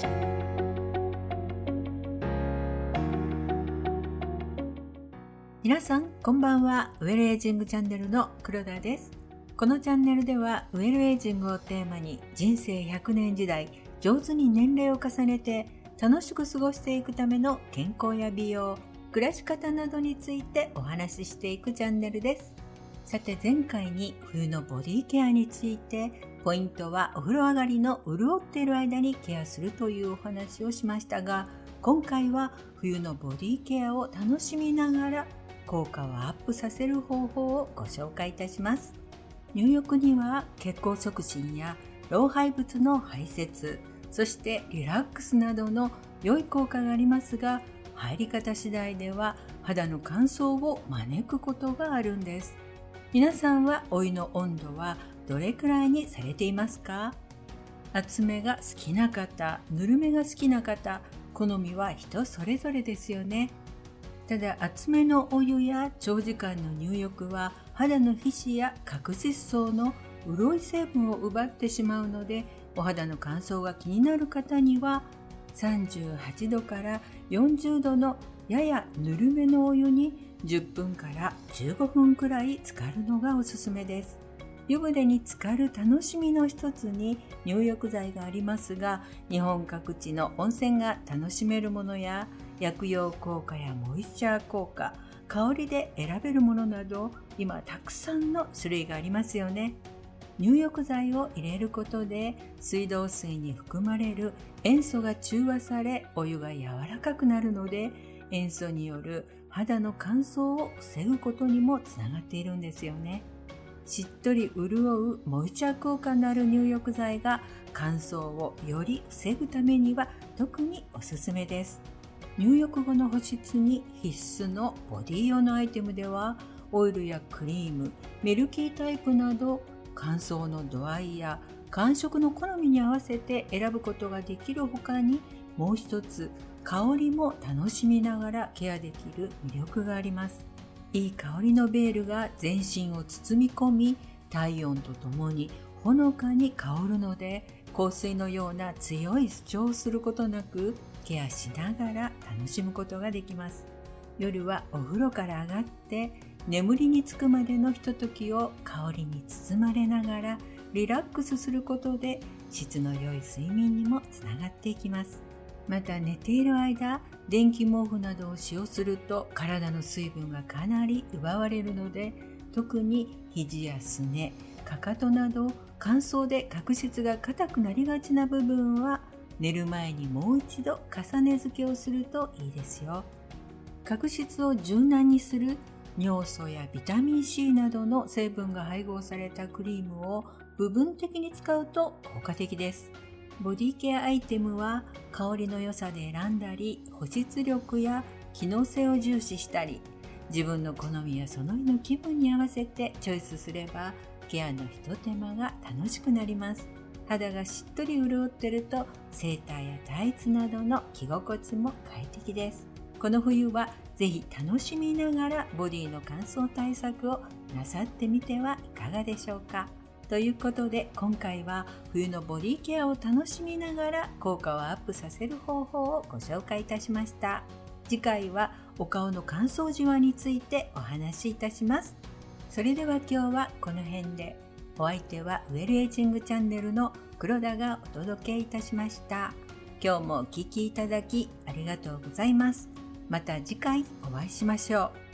皆さんこんばんは。ウェルエイジングチャンネルの黒田です。このチャンネルではウェルエイジングをテーマに人生100年時代上手に年齢を重ねて楽しく過ごしていくための健康や美容、暮らし方などについてお話ししていくチャンネルです。さて前回に冬のボディケアについて、ポイントはお風呂上がりの潤っている間にケアするというお話をしましたが、今回は冬のボディケアを楽しみながら効果をアップさせる方法をご紹介いたします。入浴には血行促進や老廃物の排泄、そしてリラックスなどの良い効果がありますが、入り方次第では肌の乾燥を招くことがあるんです。皆さんはお湯の温度はどれくらいにされていますか？熱めが好きな方、ぬるめが好きな方、好みは人それぞれですよね。ただ厚めのお湯や長時間の入浴は肌の皮脂や角質層の潤い成分を奪ってしまうので、お肌の乾燥が気になる方には38度から40度のややぬるめのお湯に10分から15分くらい浸かるのがおすすめです。湯船に浸かる楽しみの一つに入浴剤がありますが、日本各地の温泉が楽しめるものや薬用効果やモイスチャー効果、香りで選べるものなど、今たくさんの種類がありますよね。入浴剤を入れることで水道水に含まれる塩素が中和され、お湯が柔らかくなるので、塩素による肌の乾燥を防ぐことにもつながっているんですよね。しっとり潤うモイスチャー効果のある入浴剤が乾燥をより防ぐためには特におすすめです。入浴後の保湿に必須のボディ用のアイテムでは、オイルやクリーム、ミルキータイプなど乾燥の度合いや感触の好みに合わせて選ぶことができるほかに、もう一つ香りも楽しみながらケアできる魅力があります。いい香りのベールが全身を包み込み、体温とともにほのかに香るので、香水のような強い主張をすることなくケアしながら楽しむことができます。夜はお風呂から上がって眠りにつくまでのひとときを香りに包まれながらリラックスすることで、質の良い睡眠にもつながっていきます。また寝ている間、電気毛布などを使用すると体の水分がかなり奪われるので、特に肘やすね、かかとなど乾燥で角質が硬くなりがちな部分は、寝る前にもう一度重ね付けをするといいですよ。角質を柔軟にする尿素やビタミン C などの成分が配合されたクリームを部分的に使うと効果的です。ボディケアアイテムは香りの良さで選んだり、保湿力や機能性を重視したり、自分の好みやその日の気分に合わせてチョイスすれば、ケアのひと手間が楽しくなります。肌がしっとり潤ってると、セーターやタイツなどの着心地も快適です。この冬はぜひ楽しみながらボディの乾燥対策をなさってみてはいかがでしょうか。ということで今回は冬のボディケアを楽しみながら効果をアップさせる方法をご紹介いたしました。次回はお顔の乾燥じわについてお話しいたします。それでは今日はこの辺で。お相手はウェルエイジングチャンネルの黒田がお届けいたしました。今日もお聞きいただきありがとうございます。また次回お会いしましょう。